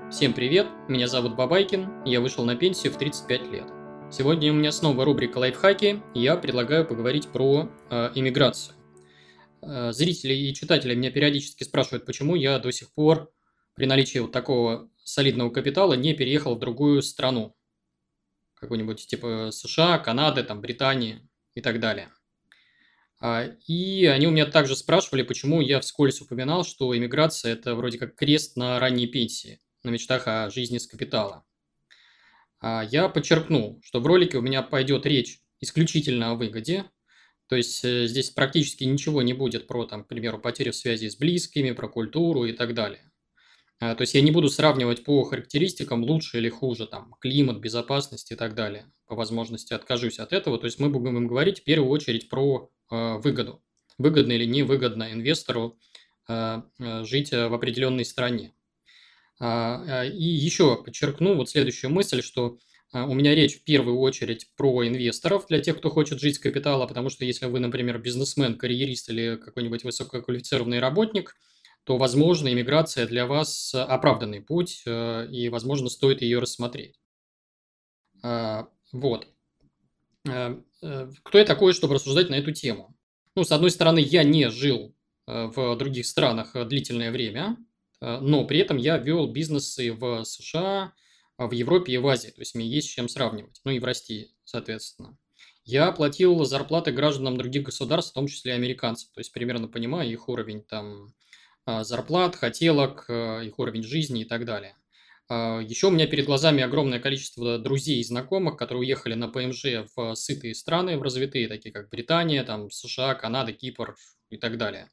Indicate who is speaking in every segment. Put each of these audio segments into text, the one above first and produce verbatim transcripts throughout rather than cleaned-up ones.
Speaker 1: Всем привет, меня зовут Бабайкин, я вышел на пенсию в тридцать пять лет. Сегодня у меня снова рубрика «Лайфхаки», и я предлагаю поговорить про э, иммиграцию. Э, зрители и читатели меня периодически спрашивают, почему я до сих пор при наличии вот такого солидного капитала не переехал в другую страну, какую-нибудь типа США, Канады, там, Британии и так далее. А, И они у меня также спрашивали, почему я вскользь упоминал, что иммиграция – это вроде как крест на ранней пенсии, на мечтах о жизни с капитала. А, Я подчеркну, что в ролике у меня пойдет речь исключительно о выгоде, то есть э, здесь практически ничего не будет про, там, к примеру, потерю связи с близкими, про культуру и так далее. А, То есть я не буду сравнивать по характеристикам лучше или хуже, там, климат, безопасность и так далее. По возможности откажусь от этого. То есть мы будем говорить в первую очередь про э, выгоду. Выгодно или невыгодно инвестору э, э, жить э, в определенной стране. А, а, И еще подчеркну вот следующую мысль, что а, у меня речь в первую очередь про инвесторов, для тех, кто хочет жить с капитала, потому что если вы, например, бизнесмен, карьерист или какой-нибудь высококвалифицированный работник, то, возможно, иммиграция для вас э, оправданный путь, э, и, возможно, стоит ее рассмотреть. А, Вот. Э, э, Кто я такой, чтобы рассуждать на эту тему? Ну, с одной стороны, я не жил э, в других странах э, длительное время, э, но при этом я вел бизнесы в США, а, в Европе и в Азии. То есть мне есть с чем сравнивать. Ну и в России, соответственно. Я платил зарплаты гражданам других государств, в том числе американцам. То есть примерно понимаю их уровень там а, зарплат, хотелок, э, их уровень жизни и так далее. А, Еще у меня перед глазами огромное количество друзей и знакомых, которые уехали на ПМЖ в сытые страны, в развитые, такие как Британия, там, США, Канада, Кипр и так далее.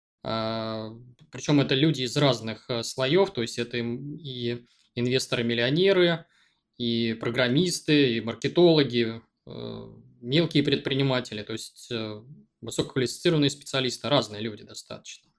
Speaker 1: А, Причем это люди из разных э, слоев, то есть это им и инвесторы-миллионеры, и программисты, и маркетологи, э, мелкие предприниматели, то есть э, высококвалифицированные специалисты, разные люди достаточно.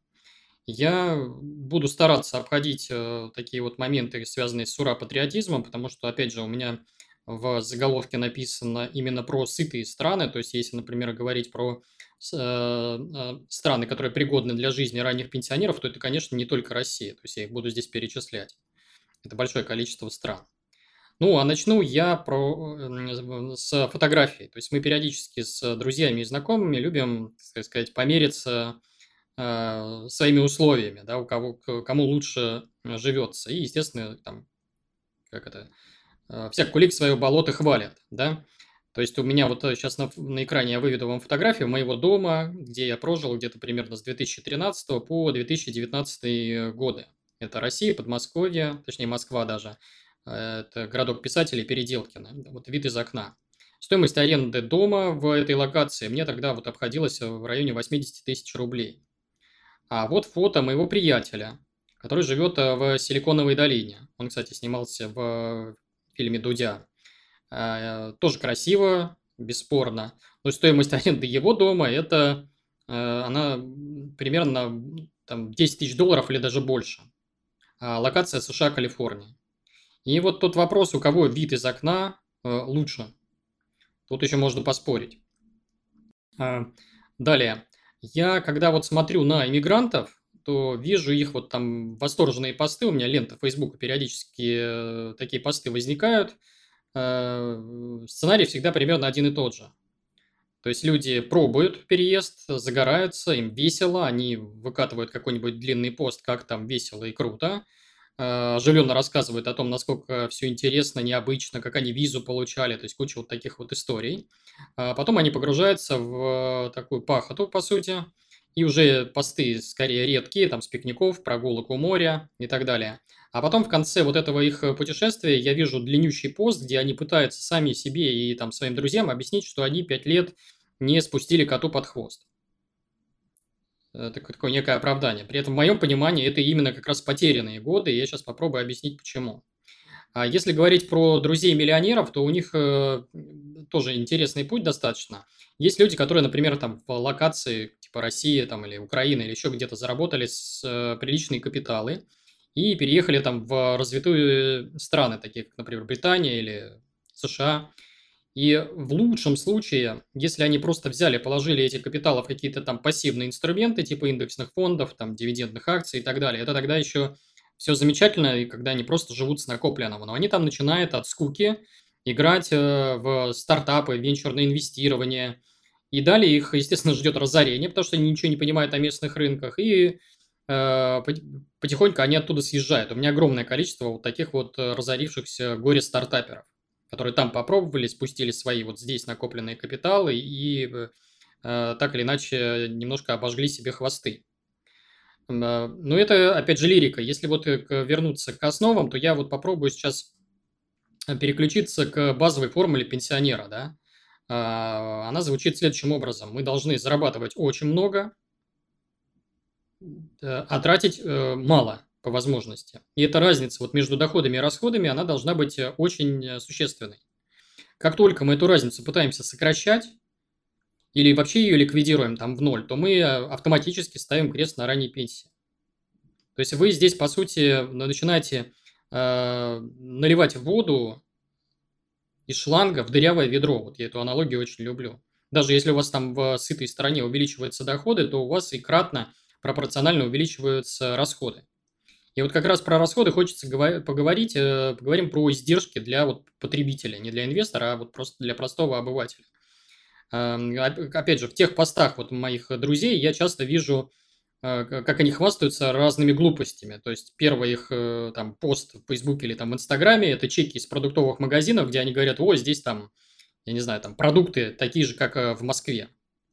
Speaker 1: Я буду стараться обходить, э, такие вот моменты, связанные с ура-патриотизмом, потому что, опять же, у меня в заголовке написано именно про сытые страны. То есть, если, например, говорить про с э, э, страны, которые пригодны для жизни ранних пенсионеров, то это, конечно, не только Россия. То есть, я их буду здесь перечислять. Это большое количество стран. Ну, а начну я про, м, с фотографий. То есть, мы периодически с друзьями и знакомыми любим, так сказать, помериться а, своими условиями, да, у кого к кому лучше, э, живется. И, естественно, там, как это, э, всяк кулик свое болото хвалят, да. То есть у меня вот сейчас на, ф- на экране я выведу вам фотографию моего дома, где я прожил где-то примерно с две тысячи тринадцатого по две тысячи девятнадцатый годы. Это Россия, Подмосковье, точнее Москва даже. Э, Это городок писателей Переделкино. Вот вид из окна. Стоимость аренды дома в этой локации мне тогда вот обходилась в районе восемьдесят тысяч рублей. А вот фото моего приятеля, который живет э, в Силиконовой долине. Он, кстати, снимался в фильме «Дудя». А, Тоже красиво, бесспорно. Но стоимость аренды его дома – это э, она м, примерно м, там, десять тысяч долларов или даже больше. А локация США, Калифорния. И вот тот вопрос, у кого вид из окна э, лучше. Тут еще можно поспорить. А, Далее. Я, когда вот смотрю на иммигрантов, то вижу их вот там восторженные посты. У меня лента Фейсбука периодически э, такие посты возникают. Э, Сценарий всегда примерно один и тот же. То есть люди пробуют переезд, загораются, им весело, они выкатывают какой-нибудь длинный пост, как там весело и круто, э, оживленно рассказывают о том, насколько все интересно, необычно, как они визу получали, то есть куча вот таких вот историй. А потом они погружаются в такую пахоту, по сути, и уже посты скорее редкие, там, с пикников, прогулок у моря и так далее. А потом в конце вот этого их э, путешествия я вижу длиннющий пост, где они пытаются сами себе и там своим друзьям объяснить, что они пять лет не спустили коту под хвост. Это такое некое оправдание. При этом в моем понимании это именно как раз потерянные годы, и я сейчас попробую объяснить почему. А если говорить про друзей миллионеров, то у них э, тоже интересный путь достаточно. Есть люди, которые, например, там в локации типа России там, или Украины или еще где-то заработали с, э, приличные капиталы и переехали там в развитые страны, такие как, например, Британия или США. И в лучшем случае, если они просто взяли, положили эти капиталы в какие-то там пассивные инструменты, типа индексных фондов, там, дивидендных акций и так далее, это тогда еще все замечательно, и когда они просто живут с накопленного. Но они там начинают от скуки играть э, в стартапы, в венчурное инвестирование. И далее их, естественно, ждет разорение, потому что они ничего не понимают о местных рынках. И э, пот- потихоньку они оттуда съезжают. У меня огромное количество вот таких вот э, разорившихся горе-стартаперов, которые там попробовали, спустили свои вот здесь накопленные капиталы и э, э, так или иначе немножко обожгли себе хвосты. М, а, Но это, опять же, лирика. Если вот э, к- вернуться к основам, то я вот попробую сейчас э, переключиться к базовой формуле пенсионера, да. А, Она звучит следующим образом. Мы должны зарабатывать очень много, э, а тратить э, мало по возможности. И эта разница вот между доходами и расходами, она должна быть э, очень э, существенной. Как только мы эту разницу пытаемся сокращать или вообще ее ликвидируем там в ноль, то мы э, автоматически ставим крест на ранней пенсии. То есть вы здесь, по сути, начинаете э, наливать воду из шланга в дырявое ведро. Вот я эту аналогию очень люблю. Даже если у вас там в сытой стране увеличиваются доходы, то у вас и кратно пропорционально увеличиваются расходы. И вот как раз про расходы хочется гова- поговорить. э, Поговорим про издержки для вот потребителя, не для инвестора, а вот просто для простого обывателя. Эм, оп- Опять же, в тех постах вот моих друзей я часто вижу, э, к- как они хвастаются разными глупостями. То есть первый их э, там пост в Фейсбуке или там в Инстаграме – это чеки из продуктовых магазинов, где они говорят: о, здесь там, я не знаю, там продукты такие же, как э, в Москве.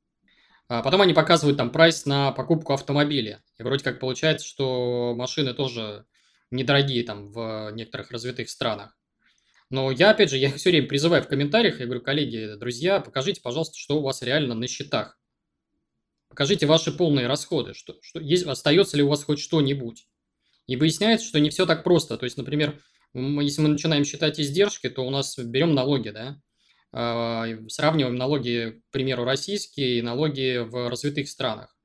Speaker 1: А потом они показывают там прайс на покупку автомобиля. И вроде как получается, что машины тоже недорогие там в некоторых развитых странах. Но я, опять же, я их все время призываю в комментариях, я говорю: коллеги, друзья, покажите, пожалуйста, что у вас реально на счетах. Покажите ваши полные расходы, что, что есть, остается ли у вас хоть что-нибудь. И выясняется, что не все так просто. То есть, например, м, если мы начинаем считать издержки, то у нас берем налоги, да, а, и сравниваем налоги, к примеру, российские и налоги в развитых странах.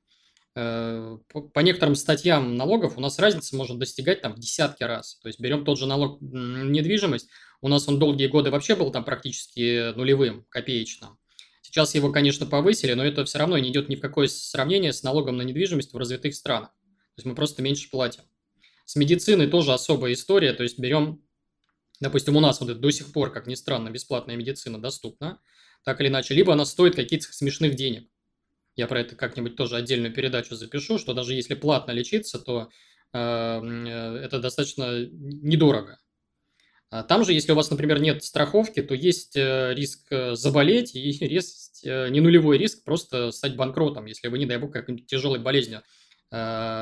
Speaker 1: Э, По по некоторым статьям налогов у нас разница может достигать там в десятки раз. То есть берем тот же налог м, на недвижимость, у нас он долгие годы вообще был там практически нулевым, копеечным. Сейчас его, конечно, повысили, но это все равно не идет ни в какое сравнение с налогом на недвижимость в развитых странах. То есть мы просто меньше платим. С медициной тоже особая история. То есть берем, допустим, у нас вот это до сих пор, как ни странно, бесплатная медицина доступна, так или иначе, либо она стоит каких-то смешных денег. Я про это как-нибудь тоже отдельную передачу запишу, что даже если платно лечиться, то э, м, э, это достаточно недорого. А там же, если у вас, например, нет страховки, то есть э, риск э, заболеть и есть э, не нулевой риск просто стать банкротом, если вы, не дай бог, какой-нибудь тяжелой болезнью э,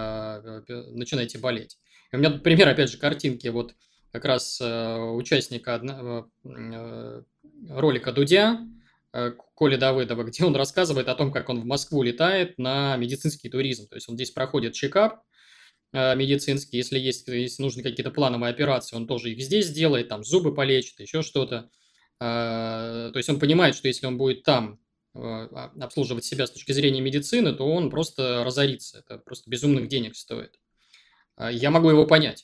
Speaker 1: э, начинаете болеть. И у меня тут пример, опять же, картинки вот как раз э, участника одно- э, ролика Дудя, э, Коли Давыдова, где он рассказывает о том, как он в Москву летает на медицинский туризм. То есть он здесь проходит чекап, э, медицинские, если есть, если нужны какие-то плановые операции, он тоже их здесь сделает, там зубы полечит, еще что-то. А, То есть он понимает, что если он будет там э, а, обслуживать себя с точки зрения медицины, то он просто разорится. Это просто безумных денег стоит. А, Я могу его понять.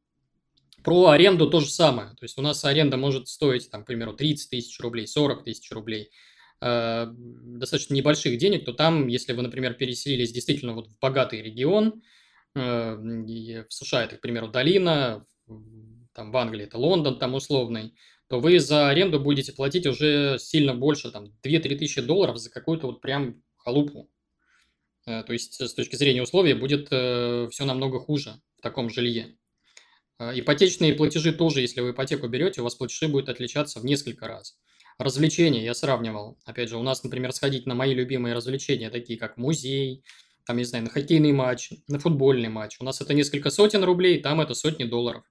Speaker 1: Про аренду то же самое. То есть у нас аренда может стоить, там, к примеру, тридцать тысяч рублей, сорок тысяч рублей. э, Достаточно небольших денег, то там, если вы, например, переселились действительно вот в богатый регион, э, и в США это, к примеру, долина, в- там в Англии это Лондон там условный, то вы за аренду будете платить уже сильно больше, там две-три тысячи долларов за какую-то вот прям халупу. Э, То есть с точки зрения условий будет все намного хуже в таком жилье. А, Ипотечные платежи тоже, если вы ипотеку берете, у вас платежи будут отличаться в несколько раз. Развлечения я сравнивал. Опять же, у нас, например, сходить на мои любимые развлечения, такие как музей, там, не знаю, на хоккейный матч, на футбольный матч. У нас это несколько сотен рублей, там это сотни долларов.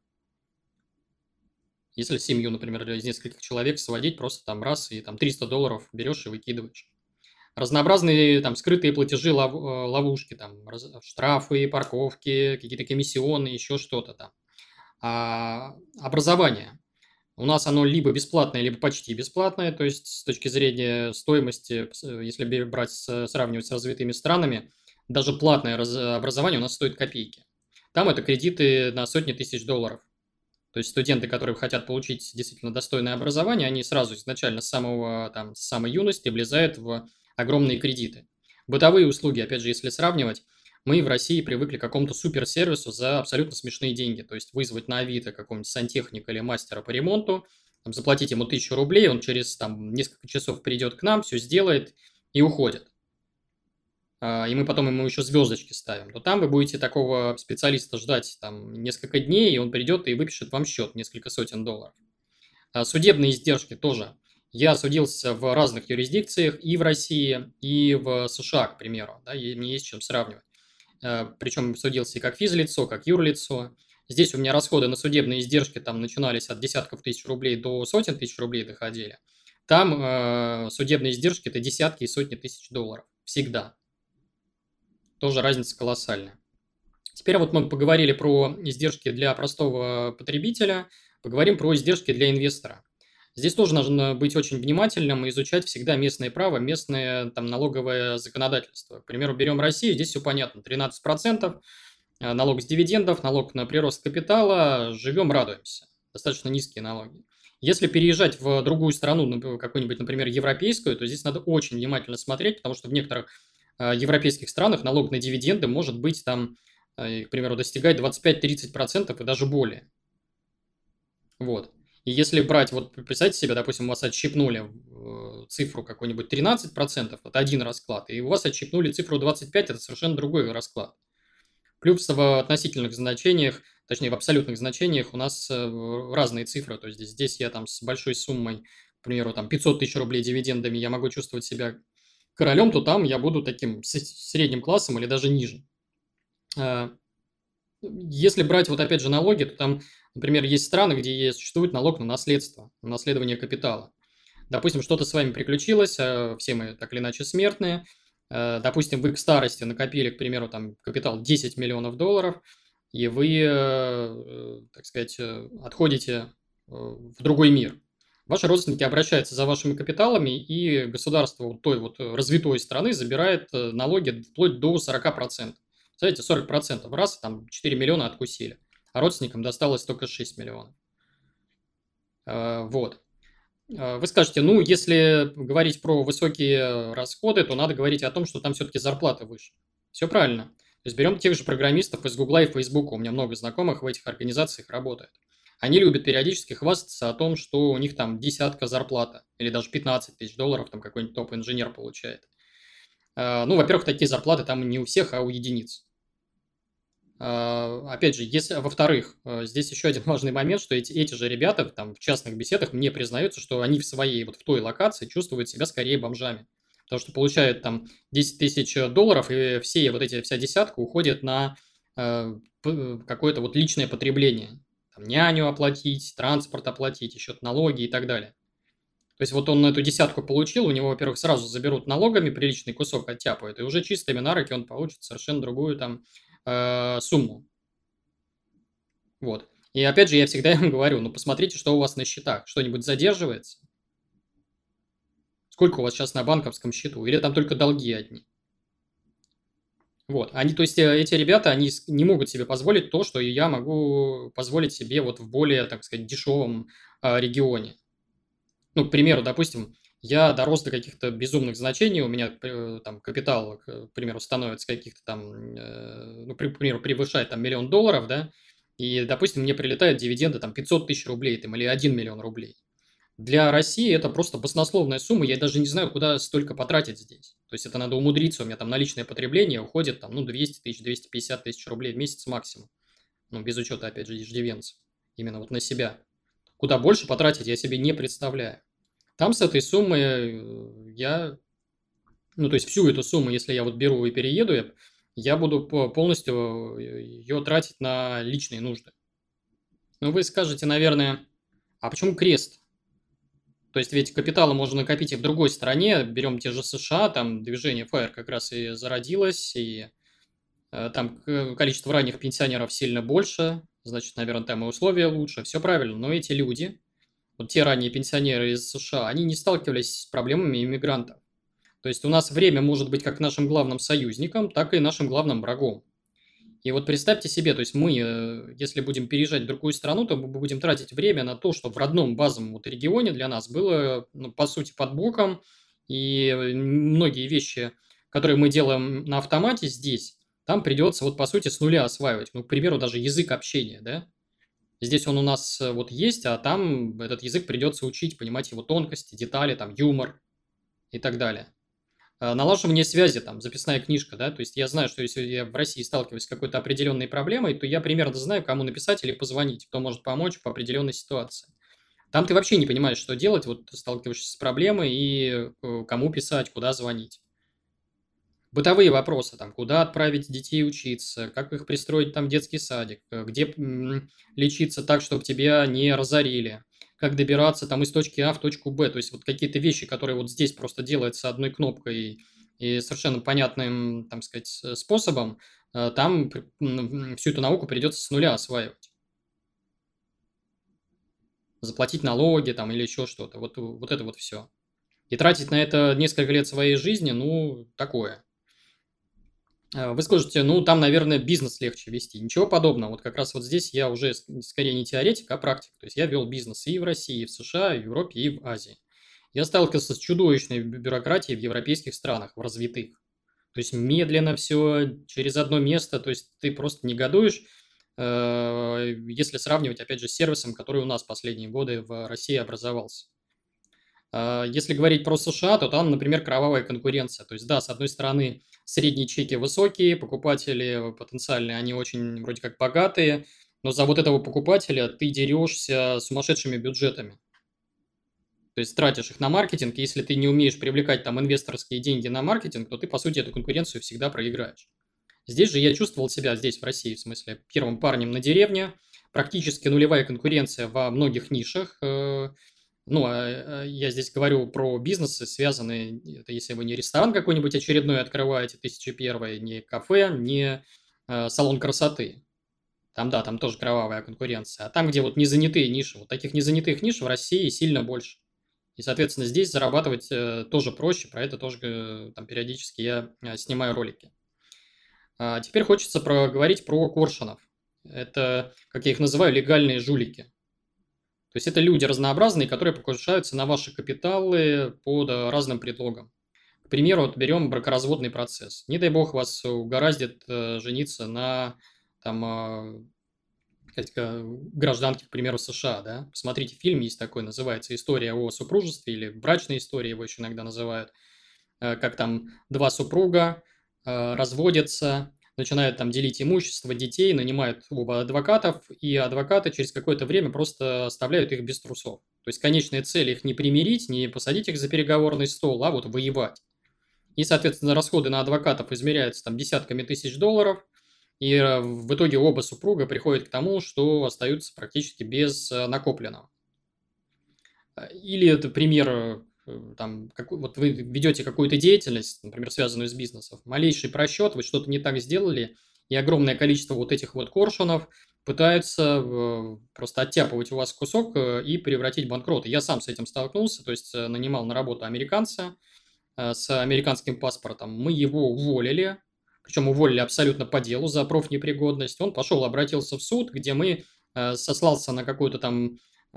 Speaker 1: Если семью, например, из нескольких человек сводить, просто там раз и там триста долларов берешь и выкидываешь. Разнообразные там скрытые платежи, лов- э, ловушки, там раз- штрафы, парковки, какие-то комиссионные, еще что-то там. А, образование. У нас оно либо бесплатное, либо почти бесплатное. То есть с точки зрения стоимости, с- э, если бе- брать, с- сравнивать с развитыми странами, даже платное раз- образование у нас стоит копейки. Там это кредиты на сотни тысяч долларов. То есть студенты, которые хотят получить действительно достойное образование, они сразу изначально с самого, там, с самой юности влезают в огромные кредиты. Бытовые услуги, опять же, если сравнивать, Мы в России привыкли к какому-то суперсервису за абсолютно смешные деньги. То есть вызвать на Авито какого-нибудь сантехника или мастера по ремонту, там, заплатить ему тысячу рублей, он через там, несколько часов придет к нам, все сделает и уходит. А, и мы потом ему еще звездочки ставим, то там вы будете такого специалиста ждать там несколько дней, и он придет и выпишет вам счет несколько сотен долларов. А судебные издержки тоже. Я судился в разных юрисдикциях и в России, и в США, к примеру, да, и мне есть чем сравнивать. А, Причем судился и как физлицо, как юрлицо. Здесь у меня расходы на судебные издержки там начинались от десятков тысяч рублей до сотен тысяч рублей доходили. Там э, судебные издержки – это десятки и сотни тысяч долларов. Всегда. Тоже разница колоссальная. Теперь вот мы поговорили про издержки для простого потребителя, поговорим про издержки для инвестора. Здесь тоже нужно быть очень внимательным и изучать всегда местное право, местное там, налоговое законодательство. К примеру, берем Россию, здесь все понятно, тринадцать процентов, э, налог с дивидендов, налог на прирост капитала, живем, радуемся. Достаточно низкие налоги. Если переезжать в другую страну, например, какую-нибудь, например, европейскую, то здесь надо очень внимательно смотреть, потому что в некоторых э, европейских странах налог на дивиденды может быть там, э, к примеру, достигать двадцать пять-тридцать процентов и даже более. Вот. И если брать, вот представьте себе, допустим, у вас отщипнули э, цифру какую-нибудь тринадцать процентов, это один расклад, и у вас отщипнули цифру двадцать пять, это совершенно другой расклад. Плюс в относительных значениях, точнее в абсолютных значениях у нас э, разные цифры. То есть здесь, здесь я там с большой суммой, к примеру, там пятьсот тысяч рублей дивидендами, я могу чувствовать себя королем, то там я буду таким с- средним классом или даже ниже. А, Если брать вот опять же налоги, то там, например, есть страны, где есть- существует налог на наследство, на наследование капитала. Допустим, что-то с вами приключилось, э, все мы так или иначе смертные. Э, Допустим, вы к старости накопили, к примеру, там капитал десять миллионов долларов, и вы, э, э, так сказать, э, отходите э, в другой мир. Ваши родственники обращаются за вашими капиталами, и государство вот той вот э, развитой страны забирает э, налоги вплоть до сорока процентов. Знаете, сорок процентов раз, там четыре миллиона откусили, а родственникам досталось только шесть миллионов. Э, Вот. Э, Вы скажете, ну, если говорить про высокие расходы, то надо говорить о том, что там все-таки зарплата выше. Все правильно. То есть берем тех же программистов из Гугла и Фейсбука. У меня много знакомых в этих организациях работает. Они любят периодически хвастаться о том, что у них там десятка зарплата или даже пятнадцать тысяч долларов там какой-нибудь топ-инженер получает. Э, Ну, во-первых, такие зарплаты там не у всех, а у единиц. А, Опять же, если, во-вторых, э, здесь еще один важный момент, что эти, эти же ребята там в частных беседах мне признаются, что они в своей, вот в той локации чувствуют себя скорее бомжами. Потому что получают там десять тысяч долларов, и все вот эти, вся десятка уходит на э, п- какое-то вот личное потребление. Там, няню оплатить, транспорт оплатить, еще налоги и так далее. То есть вот он эту десятку получил, у него, во-первых, сразу заберут налогами, приличный кусок оттяпают, и уже чистыми на руки он получит совершенно другую там э, сумму. Вот. И опять же, я всегда им говорю, ну посмотрите, что у вас на счетах. Что-нибудь задерживается? Сколько у вас сейчас на банковском счету? Или там только долги одни? Вот. Они, то есть э, эти ребята, они с- не могут себе позволить то, что я могу позволить себе вот в более, так сказать, дешевом а, регионе. Ну, к примеру, допустим, я дорос до каких-то безумных значений, у меня э, там капитал, к примеру, становится каких-то там, э, ну, при- к примеру, превышает там миллион долларов, да, и, допустим, мне прилетают дивиденды там пятьсот тысяч рублей там, или один миллион рублей. Для России это просто баснословная сумма, я даже не знаю, куда столько потратить здесь. То есть это надо умудриться, у меня там наличное потребление уходит там, ну, двести тысяч, двести пятьдесят тысяч рублей в месяц максимум. Ну, без учета, опять же, иждивенцев. Именно вот на себя. Куда больше потратить, я себе не представляю. Там с этой суммы э, я, ну, то есть всю эту сумму, если я вот беру и перееду, я, я буду по- полностью ее тратить на личные нужды. Ну, вы скажете, наверное, а почему крест? То есть ведь капитала можно накопить и в другой стране. Берем те же США, там движение фаер как раз и зародилось, и э, там к- количество ранних пенсионеров сильно больше, значит, наверное, там и условия лучше, все правильно. Но эти люди, вот те ранние пенсионеры из США, они не сталкивались с проблемами иммигрантов. То есть у нас время может быть как нашим главным союзником, так и нашим главным врагом. И вот представьте себе, то есть мы, э, если будем переезжать в другую страну, то мы будем тратить время на то, что в родном базовом вот регионе для нас было, ну, по сути, под боком, и э, многие вещи, которые мы делаем на автомате здесь, там придется вот по сути с нуля осваивать. Ну, к примеру, даже язык общения, да. Здесь он у нас э, вот есть, а там этот язык придется учить, понимать его тонкости, детали, там, юмор и так далее. А, Налаживание связи, там, записная книжка, да, то есть я знаю, что если я в России сталкиваюсь с какой-то определенной проблемой, то я примерно знаю, кому написать или позвонить, кто может помочь по определенной ситуации. Там ты вообще не понимаешь, что делать, вот ты сталкиваешься с проблемой и э, кому писать, куда звонить. Бытовые вопросы, там, куда отправить детей учиться, как их пристроить там в детский садик, э, где м, лечиться так, чтобы тебя не разорили, как добираться там из точки А в точку Б. То есть вот какие-то вещи, которые вот здесь просто делаются одной кнопкой и совершенно понятным, там сказать, с- способом, э, там при- м, всю эту науку придется с нуля осваивать. Заплатить налоги там или еще что-то. Вот, вот это вот все. И тратить на это несколько лет своей жизни, ну, такое. А, Вы скажете, ну, там, наверное, бизнес легче вести. Ничего подобного. Вот как раз вот здесь я уже с- скорее не теоретик, а практик. То есть я вел бизнес и в России, и в США, и в Европе, и в Азии. Я сталкивался с чудовищной бю- бюрократией в европейских странах, в развитых. То есть медленно все, через одно место. То есть ты просто негодуешь, э, если сравнивать, опять же, с сервисом, который у нас последние годы в России образовался. А, Если говорить про США, то там, например, кровавая конкуренция. То есть, да, с одной стороны, средние чеки высокие, покупатели потенциальные, они очень вроде как богатые, но за вот этого покупателя ты дерешься сумасшедшими бюджетами. То есть тратишь их на маркетинг, и если ты не умеешь привлекать там инвесторские деньги на маркетинг, то ты, по сути, эту конкуренцию всегда проиграешь. Здесь же я чувствовал себя, здесь, в России, в смысле, первым парнем на деревне, практически нулевая конкуренция во многих нишах, э, ну, а, а, я здесь говорю про бизнесы, связанные, это если вы не ресторан какой-нибудь очередной открываете, тысяча первый, не кафе, не а, салон красоты. Там, да, там тоже кровавая конкуренция. А там, где вот незанятые ниши, вот таких незанятых ниш в России сильно больше. И, соответственно, здесь зарабатывать э, тоже проще, про это тоже э, там периодически я э, снимаю ролики. А теперь хочется проговорить про коршунов. Это, как я их называю, легальные жулики. То есть это люди разнообразные, которые покушаются на ваши капиталы под э, разным предлогом. К примеру, вот берем бракоразводный процесс. Не дай бог вас угораздит э, жениться на там, а, сказать, ка- гражданке, к примеру, США. Да? Посмотрите, фильм есть такой, называется «История о супружестве» или «Брачная история» его еще иногда называют. Э, Как там два супруга э, разводятся, начинают там делить имущество детей, нанимают оба адвокатов, и адвокаты через какое-то время просто оставляют их без трусов. То есть конечная цель их не примирить, не посадить их за переговорный стол, а вот воевать. И, соответственно, расходы на адвокатов измеряются там десятками тысяч долларов, и э, в итоге оба супруга приходят к тому, что остаются практически без э, накопленного. А, Или это пример, э, там, какой, вот вы ведете какую-то деятельность, например, связанную с бизнесом, малейший просчет, вы что-то не так сделали, и огромное количество вот этих вот коршунов пытаются э, просто оттяпывать у вас кусок э, и превратить в банкрота. Я сам с этим столкнулся, то есть э, нанимал на работу американца э, с американским паспортом. Мы его уволили, причем уволили абсолютно по делу за профнепригодность. Он пошел, обратился в суд, где мы э, сослался на какой-то там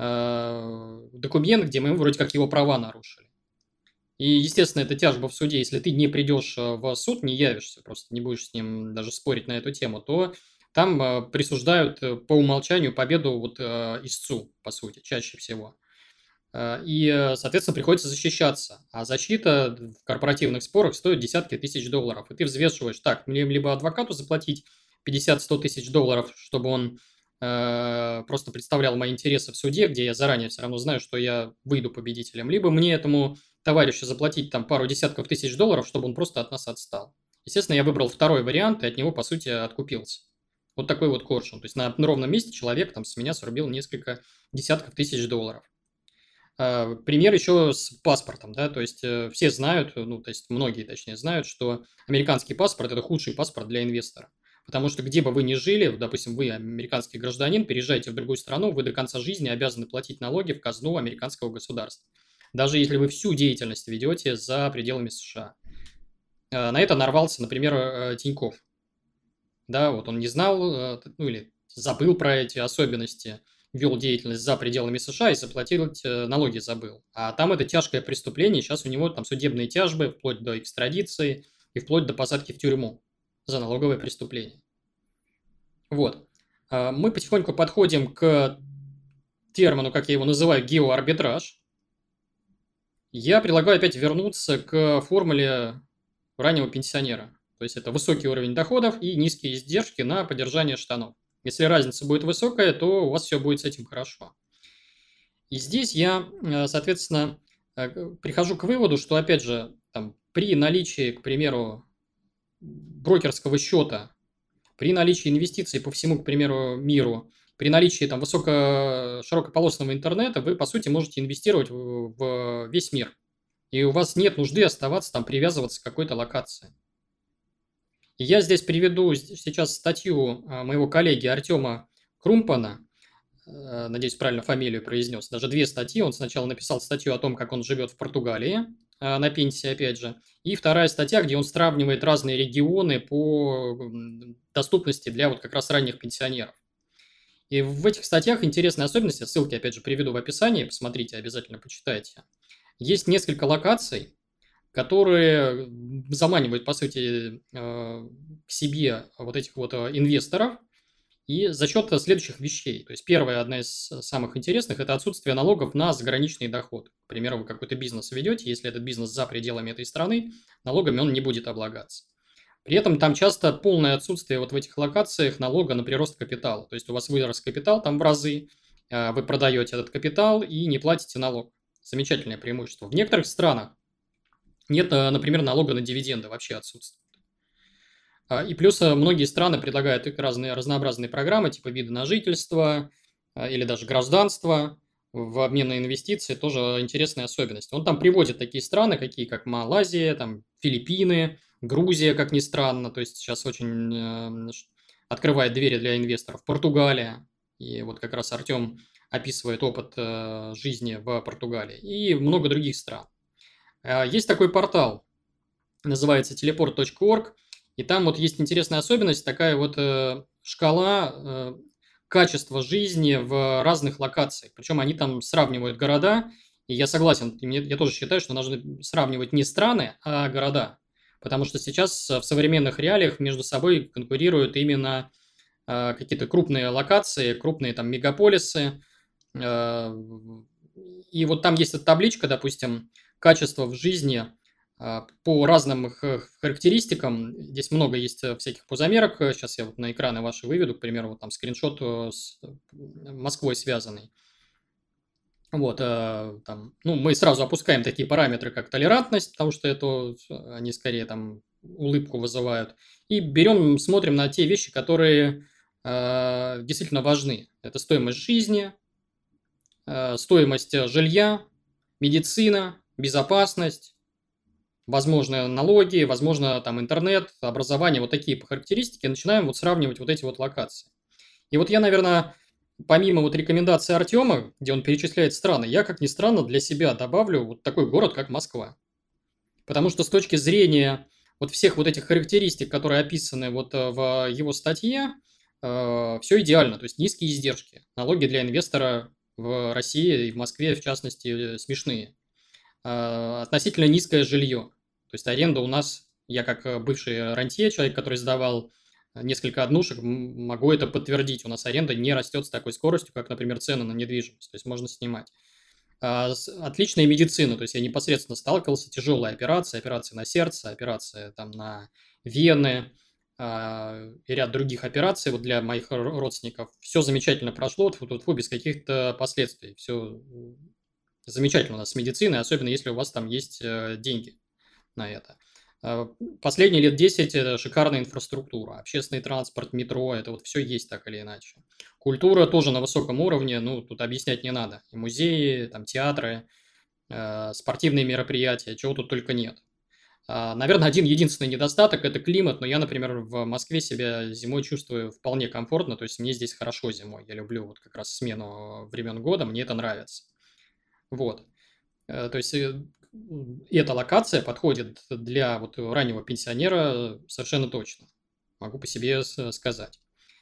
Speaker 1: э, документ, где мы вроде как его права нарушили. И, естественно, это тяжба в суде. Если ты не придешь э, в суд, не явишься, просто не будешь с ним даже спорить на эту тему, то там э, присуждают э, по умолчанию победу вот э, истцу, по сути, чаще всего. Э, И, э, соответственно, приходится защищаться. А защита в корпоративных спорах стоит десятки тысяч долларов. И ты взвешиваешь, так, мне либо адвокату заплатить пятьдесят-сто тысяч долларов, чтобы он э, просто представлял мои интересы в суде, где я заранее все равно знаю, что я выйду победителем, либо мне этому товарищу заплатить там пару десятков тысяч долларов, чтобы он просто от нас отстал. Естественно, я выбрал второй вариант и от него, по сути, откупился. Вот такой вот коршун. То есть на ровном месте человек там с меня срубил несколько десятков тысяч долларов. А, Пример еще с паспортом, да, то есть э, все знают, ну, то есть многие, точнее, знают, что американский паспорт – это худший паспорт для инвестора. Потому что где бы вы ни жили, вот, допустим, вы американский гражданин, переезжаете в другую страну, вы до конца жизни обязаны платить налоги в казну американского государства. Даже если вы всю деятельность ведете за пределами США. Э, На это нарвался, например, э, Тиньков. Да, вот он не знал, э, ну или забыл про эти особенности, вел деятельность за пределами США и заплатить э, налоги забыл. А там это тяжкое преступление, сейчас у него там судебные тяжбы, вплоть до экстрадиции и вплоть до посадки в тюрьму. за налоговое преступление. Вот. А, Мы потихоньку подходим к термину, как я его называю, геоарбитраж. Я предлагаю опять вернуться к формуле раннего пенсионера. То есть это высокий уровень доходов и низкие издержки на поддержание штанов. Если разница будет высокая, то у вас все будет с этим хорошо. И здесь я, э, соответственно, э, г- прихожу к выводу, что, опять же, там, при наличии, к примеру, брокерского счета, при наличии инвестиций по всему, к примеру, миру, при наличии там высоко широкополосного интернета, вы, по сути, можете инвестировать в в весь мир. И у вас нет нужды оставаться там, привязываться к какой-то локации. И я здесь приведу с- сейчас статью а, моего коллеги Артема Крумпана, э, надеюсь, правильно фамилию произнес, даже две статьи. Он сначала написал статью о том, как он живет в Португалии, а, на пенсии, опять же, и вторая статья, где он сравнивает разные регионы по м, доступности для вот как раз ранних пенсионеров. И в этих статьях интересные особенности, ссылки, опять же, приведу в описании, посмотрите, обязательно почитайте. Есть несколько локаций, которые заманивают, по сути, э, к себе вот этих вот э, инвесторов, и за счет следующих вещей. То есть первая, одна из самых интересных, это отсутствие налогов на заграничный доход. К примеру, вы какой-то бизнес ведете, если этот бизнес за пределами этой страны, налогами он не будет облагаться. При этом там часто полное отсутствие вот в этих локациях налога на прирост капитала. То есть у вас вырос капитал там в разы, э, вы продаете этот капитал и не платите налог. Замечательное преимущество. В некоторых странах нет, э, например, налога на дивиденды, вообще отсутствует. А, И плюс э, многие страны предлагают и разные разнообразные программы, типа вида на жительство а, или даже гражданство в обмен на инвестиции, тоже интересная особенность. Он там приводит такие страны, какие как Малайзия, там, Филиппины, Грузия, как ни странно, то есть сейчас очень э, ш- открывает двери для инвесторов, Португалия, и вот как раз Артем описывает опыт э, жизни в Португалии, и много других стран. А, Есть такой портал, называется телепорт точка орг, и там вот есть интересная особенность, такая вот э, шкала э, качества жизни в разных локациях. Причем они там сравнивают города, и я согласен, и мне- я тоже считаю, что нужно сравнивать не страны, а города. Потому что сейчас э, в современных реалиях между собой конкурируют именно э, какие-то крупные локации, крупные там мегаполисы. Э, И вот там есть эта табличка, допустим, качество в жизни а, по разным их э, характеристикам. Здесь много есть э, всяких пузомерок. Сейчас я вот на экраны ваши выведу, к примеру, вот там скриншот э, с э, Москвой связанный. Вот, э, там, ну, мы сразу опускаем такие параметры, как толерантность, потому что это э, они скорее там улыбку вызывают. И берем, смотрим на те вещи, которые э, действительно важны. Это стоимость жизни, э, стоимость э, жилья, медицина, безопасность, возможно, налоги, возможно, там интернет, образование, вот такие по характеристике, начинаем вот сравнивать вот эти вот локации. И вот я, наверное, помимо вот рекомендаций Артема, где он перечисляет страны, я, как ни странно, для себя добавлю вот такой город, как Москва. Потому что с точки зрения вот всех вот этих характеристик, которые описаны вот э, в его статье, все идеально. То есть низкие издержки. Налоги для инвестора в России и в Москве, в частности, э, смешные. А, Относительно низкое жилье. То есть аренда у нас, я как э, бывший рантье, человек, который сдавал э, несколько однушек, м, могу это подтвердить. У нас аренда не растет с такой скоростью, как, например, цены на недвижимость. То есть можно снимать. А, с- Отличная медицина, то есть я непосредственно сталкивался, тяжелые операции, операции на сердце, операции там на вены а, и ряд других операций вот для моих ро- родственников. Все замечательно прошло, тьфу, тьфу, тьфу, без каких-то последствий. Все замечательно у нас с медициной, особенно если у вас там есть э, деньги на это. А, Последние лет десять это шикарная инфраструктура, общественный транспорт, метро, это вот все есть так или иначе. Культура тоже на высоком уровне, ну, тут объяснять не надо. И музеи, там, театры, э, спортивные мероприятия, чего тут только нет. А, Наверное, один единственный недостаток – это климат, но я, например, в Москве себя зимой чувствую вполне комфортно, то есть мне здесь хорошо зимой, я люблю вот как раз смену времен года, мне это нравится. Вот. Э, То есть э, эта локация подходит для вот раннего пенсионера совершенно точно. Могу по себе с- сказать.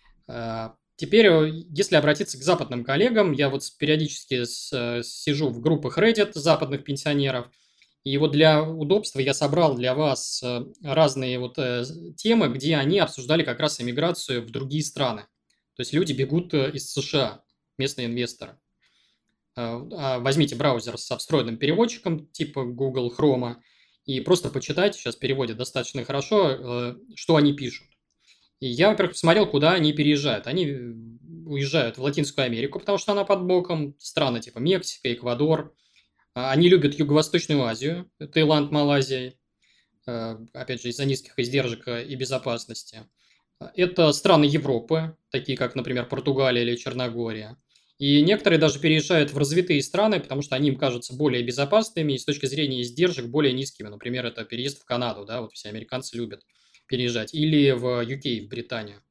Speaker 1: А, Теперь, э, если обратиться к западным коллегам, я вот с- периодически с- э, сижу в группах Reddit западных пенсионеров, И вот для удобства я собрал для вас э, разные вот э, с- темы, где они обсуждали как раз иммиграцию в другие страны. То есть люди бегут э, из США, местные инвесторы. Э, а Возьмите браузер со встроенным переводчиком типа Google Chrome и просто почитайте, сейчас переводят достаточно хорошо, э, что они пишут. И я, во-первых, посмотрел, куда они переезжают. Они э, уезжают в Латинскую Америку, потому что она под боком, страны типа Мексика, Эквадор. А, Они любят Юго-Восточную Азию, Таиланд, Малайзия, э, опять же, из-за низких издержек э, и безопасности. А, Это страны Европы, такие как, например, Португалия или Черногория. И некоторые даже переезжают в развитые страны, потому что они им кажутся более безопасными и с точки зрения издержек более низкими. Например, это переезд в Канаду, да, вот все американцы любят переезжать, или в ю кей, в Британию.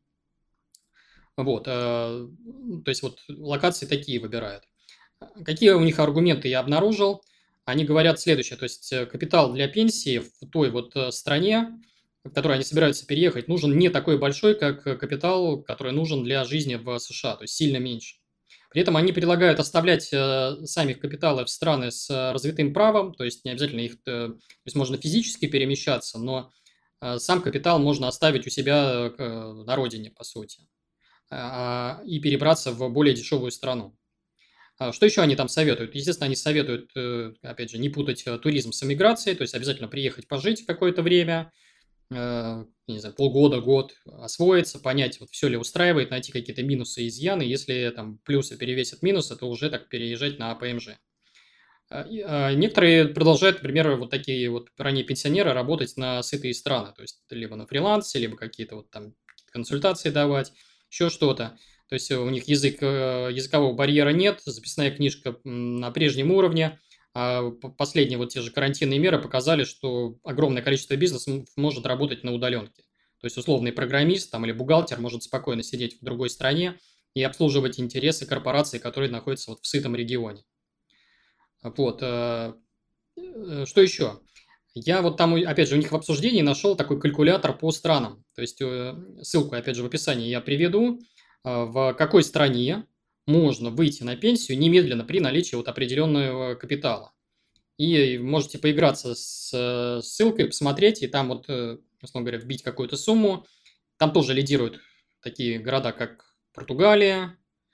Speaker 1: Вот, э, то есть вот локации такие выбирают. А, Какие у них аргументы я обнаружил? Они говорят следующее, то есть э, капитал для пенсии в той вот э, стране, в которой они собираются переехать, нужен не такой большой, как э, капитал, который нужен для жизни в США, то есть сильно меньше. При этом они предлагают оставлять э, сами их капиталы в страны с э, развитым правом, то есть не обязательно их, э, то есть можно физически перемещаться, но э, сам капитал можно оставить у себя э, на родине, по сути, а, и перебраться в более дешевую страну. А Что еще они там советуют? Естественно, они советуют, э, опять же, не путать э, туризм с эмиграцией, то есть обязательно приехать пожить какое-то время, э, не знаю, полгода, год, освоиться, понять, вот все ли устраивает, найти какие-то минусы и изъяны. Если там плюсы перевесят минусы, то уже так переезжать на пэ эм жэ. А, и, а, Некоторые продолжают, например, вот такие вот ранние пенсионеры работать на сытые страны, то есть либо на фрилансе, либо какие-то вот там консультации давать, еще что-то. То есть у них язык, э, языкового барьера нет, записная книжка м, на прежнем уровне. А п- последние вот те же карантинные меры показали, что огромное количество бизнесов может работать на удаленке. То есть условный программист там, или бухгалтер может спокойно сидеть в другой стране и обслуживать интересы корпораций, которые находятся вот в сытом регионе. Вот. э, э, Что еще? Я вот там, опять же, у них в обсуждении нашел такой калькулятор по странам. То есть э, ссылку, опять же, в описании я приведу, а, в какой стране можно выйти на пенсию немедленно при наличии вот определенного капитала. И можете поиграться с э, ссылкой, посмотреть, и там вот, э, условно говоря, вбить какую-то сумму. Там тоже лидируют такие города, как Португалия,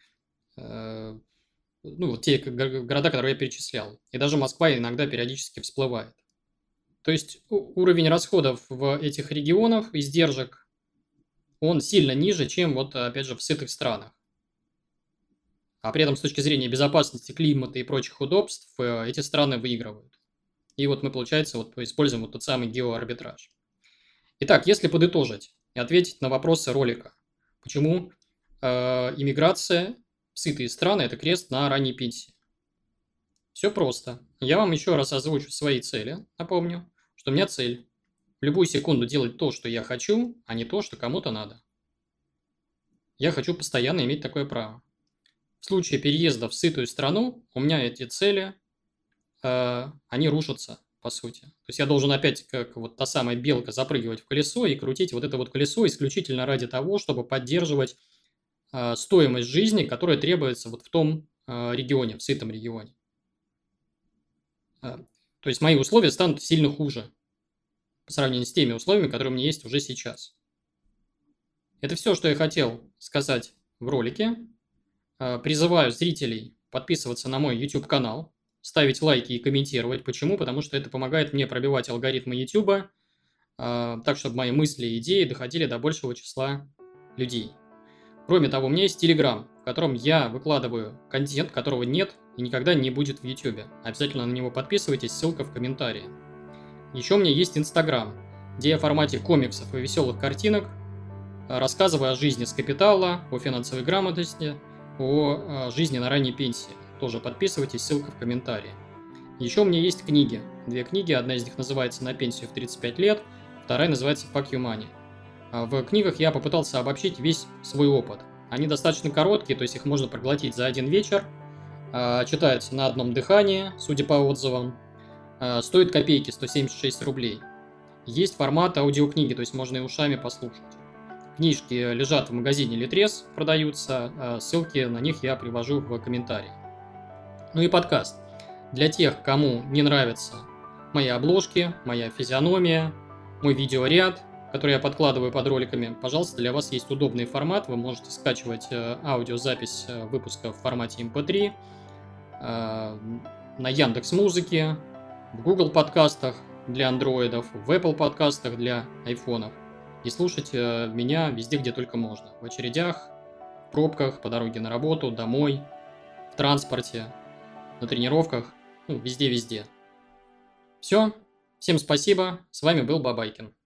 Speaker 1: э, ну, вот те г- города, которые я перечислял. И даже Москва иногда периодически всплывает. То есть у- уровень расходов в этих регионах, издержек, он сильно ниже, чем вот, опять же, в сытых странах. А при этом с точки зрения безопасности, климата и прочих удобств э, эти страны выигрывают. И вот мы, получается, вот используем вот тот самый геоарбитраж. Итак, если подытожить и ответить на вопросы ролика, почему э, иммиграция в сытые страны – это крест на ранней пенсии? Все просто. Я вам еще раз озвучу свои цели. Напомню, что у меня цель в любую секунду делать то, что я хочу, а не то, что кому-то надо. Я хочу постоянно иметь такое право. В случае переезда в сытую страну у меня эти цели, э, они рушатся, по сути. То есть я должен опять, как вот та самая белка, запрыгивать в колесо и крутить вот это вот колесо исключительно ради того, чтобы поддерживать э, стоимость жизни, которая требуется вот в том э, регионе, в сытом регионе. Э, То есть мои условия станут сильно хуже по сравнению с теми условиями, которые у меня есть уже сейчас. Это все, что я хотел сказать в ролике. Э, Призываю зрителей подписываться на мой YouTube канал, ставить лайки и комментировать. Почему? Потому что это помогает мне пробивать алгоритмы YouTube, так, чтобы мои мысли и идеи доходили до большего числа людей. Кроме того, у меня есть Telegram, в котором я выкладываю контент, которого нет и никогда не будет в YouTube. Обязательно на него подписывайтесь, ссылка в комментарии. Еще у меня есть Instagram, где я в формате комиксов и веселых картинок рассказываю о жизни с капитала, о финансовой грамотности, о жизни на ранней пенсии. Тоже подписывайтесь, ссылка в комментарии. Еще у меня есть книги. Две книги, одна из них называется «На пенсию в тридцать пять лет», вторая называется «Fuck You Money». В книгах я попытался обобщить весь свой опыт. Они достаточно короткие, то есть их можно проглотить за один вечер. Читаются на одном дыхании, судя по отзывам. Стоит копейки, сто семьдесят шесть рублей. Есть формат аудиокниги, то есть можно и ушами послушать. Книжки лежат в магазине Литрес, продаются, ссылки на них я привожу в комментарии. Ну и подкаст. Для тех, кому не нравится мои обложки, моя физиономия, мой видеоряд, который я подкладываю под роликами. Пожалуйста, для вас есть удобный формат. Вы можете скачивать э, аудиозапись э, выпуска в формате эм пэ три э, на Яндекс.Музыке, в Google подкастах для андроидов, в Apple подкастах для айфонов. И слушать э, меня везде, где только можно. В очередях, в пробках, по дороге на работу, домой, в транспорте, на тренировках, ну, везде-везде. Все. Всем спасибо. С вами был Бабайкин.